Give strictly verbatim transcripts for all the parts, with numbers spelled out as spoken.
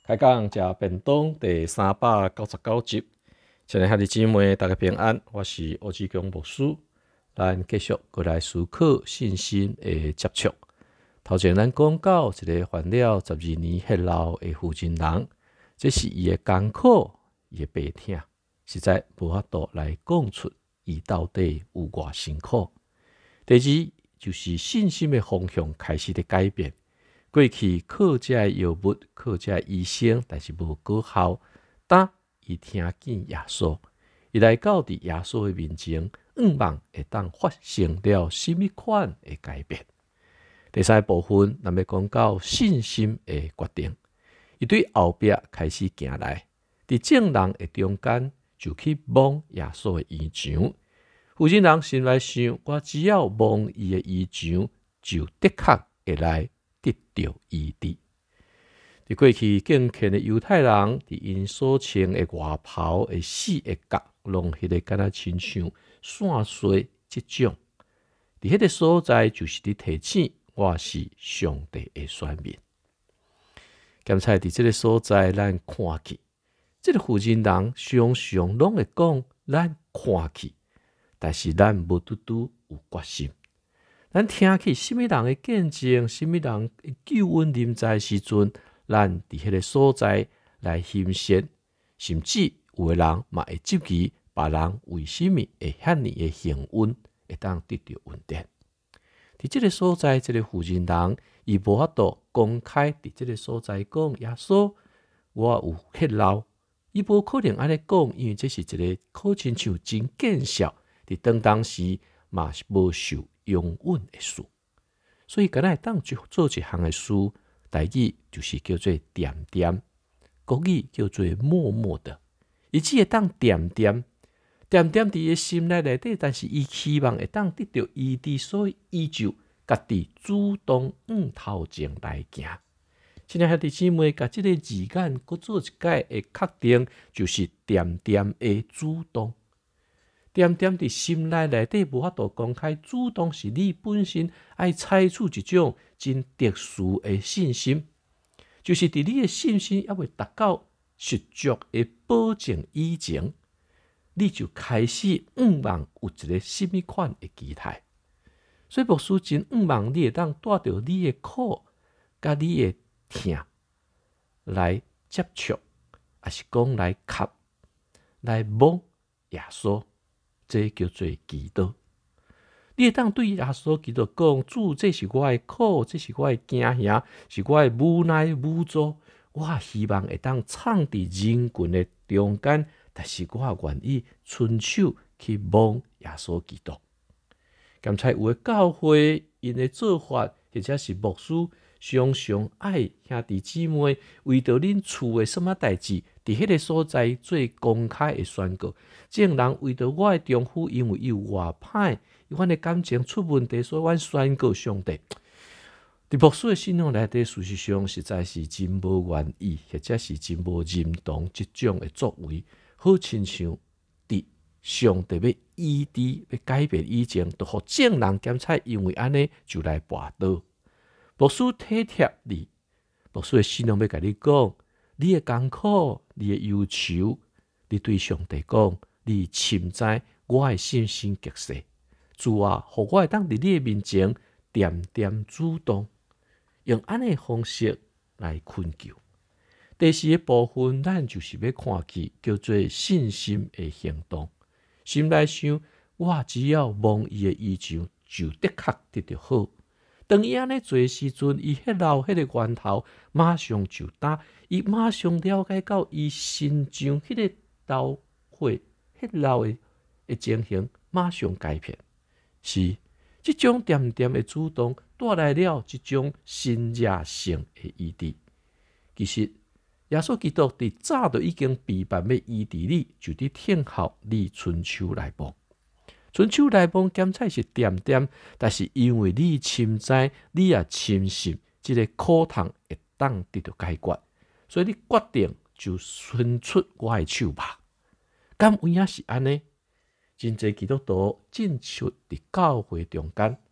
开讲食便当第三百九十九集，亲爱兄弟姊妹，大家平安，我是欧志强牧师。咱继续过来思考信心的接触。头前咱讲到一个患了十二年血流的负责人，这是伊的艰苦，伊的病痛，实在无法度来讲出伊到底有偌辛苦。第二就是信心的方向开始的改变。过去靠这个药物，靠这个医生，但是无果效。当伊听见耶稣，伊来到伫耶稣的面前，仰望会当发生了什么款的改变。第三部分，咱要讲到信心的决定。伊对后壁开始行来，伫众人的中间就去望耶稣的衣裳。负责人心内想：我只要望伊的衣裳，就的确会来得到医治。伫过去敬虔的犹太人，伫因所穿的外袍的四个角，拢迄个敢若亲像线碎即种。伫迄个所在，就是伫提醒我是上帝的选民。兼且伫即个所在，咱看去，即、这个负责人常常拢会讲，咱看去，但是咱无拄拄有决心。咱听起什么人的见证，什么人的救恩临在时阵，咱伫迄个所在来欣赏，甚至有的人嘛会质疑别人为什么会遐尼的幸运，会当得到恩典。伫即个所在，即、这个负责人伊无法度公开伫即个所在讲耶稣，我有血流，伊无可能安尼讲，因为这是一个可亲像真见效，伫当当时嘛是无受拥稳的事，所以敢若当做一项的事，台语就是叫做点点，国语叫做默默的。伊只会当点点点点伫伊心内内底，但是伊希望会当得到医治，所以伊就家己主动往头前来行。亲爱兄弟姊妹，甲即个字眼搁做一解的确定，就是点点的主动。点点伫心内内底无法度公开，主动是你本身爱采取一种真特殊的信心，就是伫你的信心还未达到实足的保证以前，你就开始仰望有一个什么款的期待。所以牧师真仰望你会当带着你的苦，甲你的痛来接触，还是讲来吸，来望耶稣。这叫做祈祷。你会当对耶稣基督讲：主，这是我的苦，这是我的惊吓，是我的无奈无助。我希望会当藏伫人群的中间，但是我愿意伸手去望耶稣基督。刚才有的教会因的做法，或者是牧师常常爱兄弟姊妹为着恁厝的什么代志，伫迄个所在做公开的宣告。众人为着我的丈夫，因为伊有外歹，阮的感情出问题，所以阮宣告上帝。伫牧师的信仰内底，事实上实在是真无愿意，或者是真无认同即种的作为，好亲像伫上帝要医治、要改变以前，都互众人检测，因为安尼就来跋倒。牧师体贴你，牧师的信仰要甲你讲，你的艰苦，你的忧愁，你对上帝讲，你深知我的信心极细，主啊，互我会当伫你的面前点点主动，用安尼的方式来困求。第四个部分，咱就是要看去叫做信心的行动。心内想，我只要望伊的衣裳，就的确得到好。当伊安尼做时阵，伊迄流迄个源头马上就打，伊马上了解到伊心上迄个流血、迄流的的情形马上改变。是这种点点的主动带来了这种新热性的医治。其实耶稣基督伫早就已经备办要医治你，就伫听候你伸手来望。伸手来望，检测是点点，但是因为你深知，你也深信，这个苦痛会当得到解决，所以你决定就伸出我的手吧。敢有影是安尼？真侪基督徒进出伫教会中间，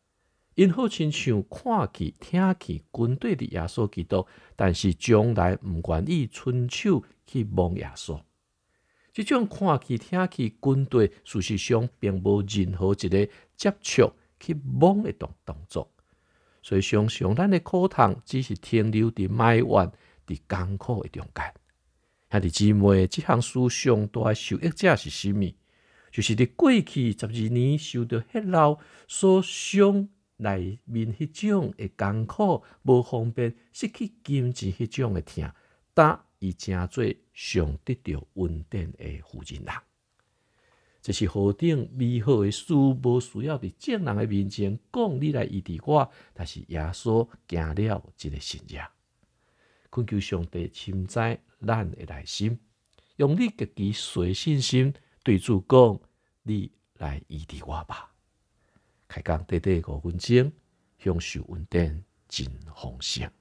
因好亲像看起、听起军队的耶稣基督，但是将来毋愿意伸手去摸耶稣。这种看起、听起军队，事实上并无任何一个接触去摸的动动作。所以常常咱的课堂只是停留伫埋怨、伫艰苦的中间。兄弟姊妹，这项书上大的受益者是甚么？就是伫过去十二年受到迄老所伤内面迄种的艰苦、无方便、失去金钱迄种的痛，但伊成做上得到恩典的负人人。这是何等美好的事，无需要伫众人的面前讲你来医治我，但是耶稣行了这个神业。恳求上帝深知咱的内心，用你家己随信心对主讲：你来医治我吧。开讲短短五分钟，享受恩典真丰盛。